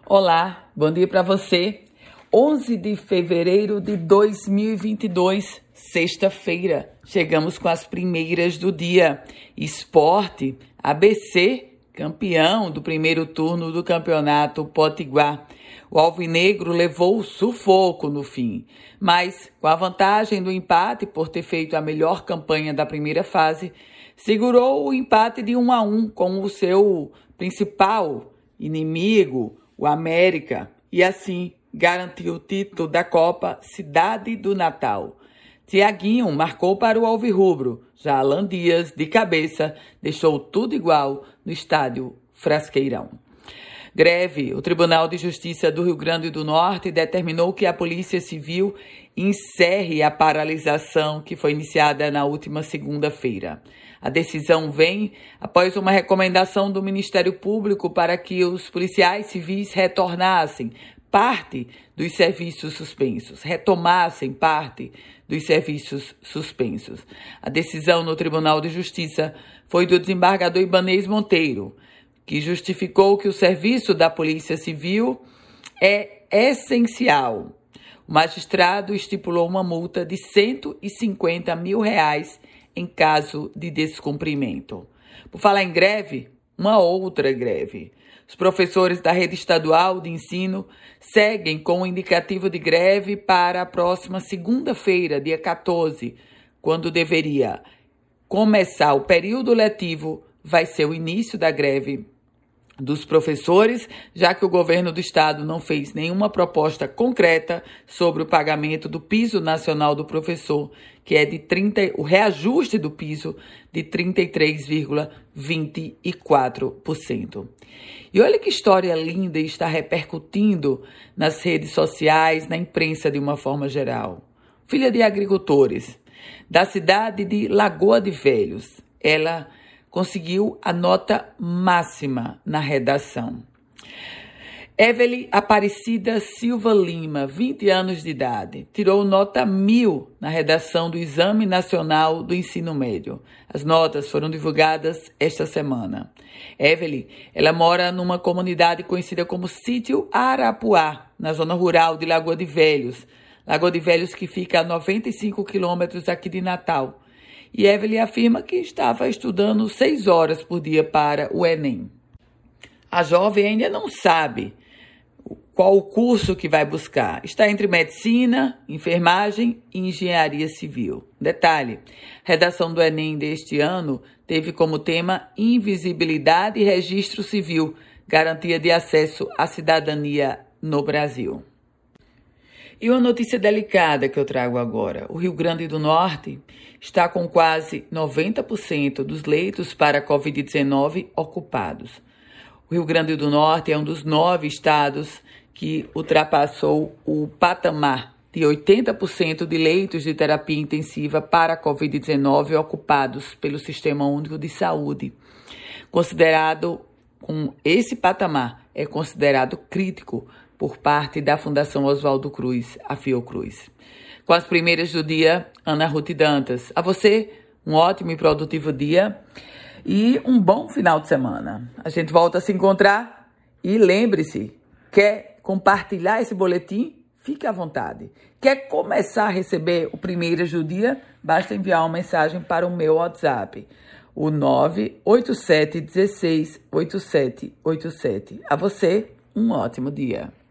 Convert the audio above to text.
Olá, bom dia para você. 11 de fevereiro de 2022, sexta-feira. Chegamos com as primeiras do dia. Esporte, ABC, campeão do primeiro turno do Campeonato Potiguar. O alvinegro levou o sufoco no fim, mas com a vantagem do empate por ter feito a melhor campanha da primeira fase, segurou o empate de 1-1 com o seu principal inimigo, o América, e assim garantiu o título da Copa Cidade do Natal. Tiaguinho marcou para o alvirrubro, já Alan Dias, de cabeça, deixou tudo igual no estádio Frasqueirão. Greve. O Tribunal de Justiça do Rio Grande do Norte determinou que a Polícia Civil encerre a paralisação que foi iniciada na última segunda-feira. A decisão vem após uma recomendação do Ministério Público para que os policiais civis retomassem parte dos serviços suspensos. A decisão no Tribunal de Justiça foi do desembargador Ibanez Monteiro, que justificou que o serviço da Polícia Civil é essencial. O magistrado estipulou uma multa de R$150 mil em caso de descumprimento. Por falar em greve, uma outra greve. Os professores da rede estadual de ensino seguem com o indicativo de greve para a próxima segunda-feira, dia 14, quando deveria começar o período letivo, vai ser o início da greve dos professores, já que o governo do estado não fez nenhuma proposta concreta sobre o pagamento do piso nacional do professor, que é o reajuste do piso de 33,24%. E olha que história linda está repercutindo nas redes sociais, na imprensa de uma forma geral. Filha de agricultores da cidade de Lagoa de Velhos, ela conseguiu a nota máxima na redação. Evelyn Aparecida Silva Lima, 20 anos de idade, tirou nota 1000 na redação do Exame Nacional do Ensino Médio. As notas foram divulgadas esta semana. Evelyn, ela mora numa comunidade conhecida como Sítio Arapuá, na zona rural de Lagoa de Velhos. Lagoa de Velhos que fica a 95 quilômetros aqui de Natal. E Evelyn afirma que estava estudando 6 horas por dia para o Enem. A jovem ainda não sabe qual o curso que vai buscar. Está entre medicina, enfermagem e engenharia civil. Detalhe, a redação do Enem deste ano teve como tema invisibilidade e registro civil, garantia de acesso à cidadania no Brasil. E uma notícia delicada que eu trago agora. O Rio Grande do Norte está com quase 90% dos leitos para a Covid-19 ocupados. O Rio Grande do Norte é um dos 9 estados que ultrapassou o patamar de 80% de leitos de terapia intensiva para a Covid-19 ocupados pelo Sistema Único de Saúde. Com esse patamar, é considerado crítico por parte da Fundação Oswaldo Cruz, a Fiocruz. Com as primeiras do dia, Ana Ruth Dantas. A você, um ótimo e produtivo dia e um bom final de semana. A gente volta a se encontrar e lembre-se, quer compartilhar esse boletim? Fique à vontade. Quer começar a receber o primeiras do dia? Basta enviar uma mensagem para o meu WhatsApp, o 987 16 8787. A você, um ótimo dia.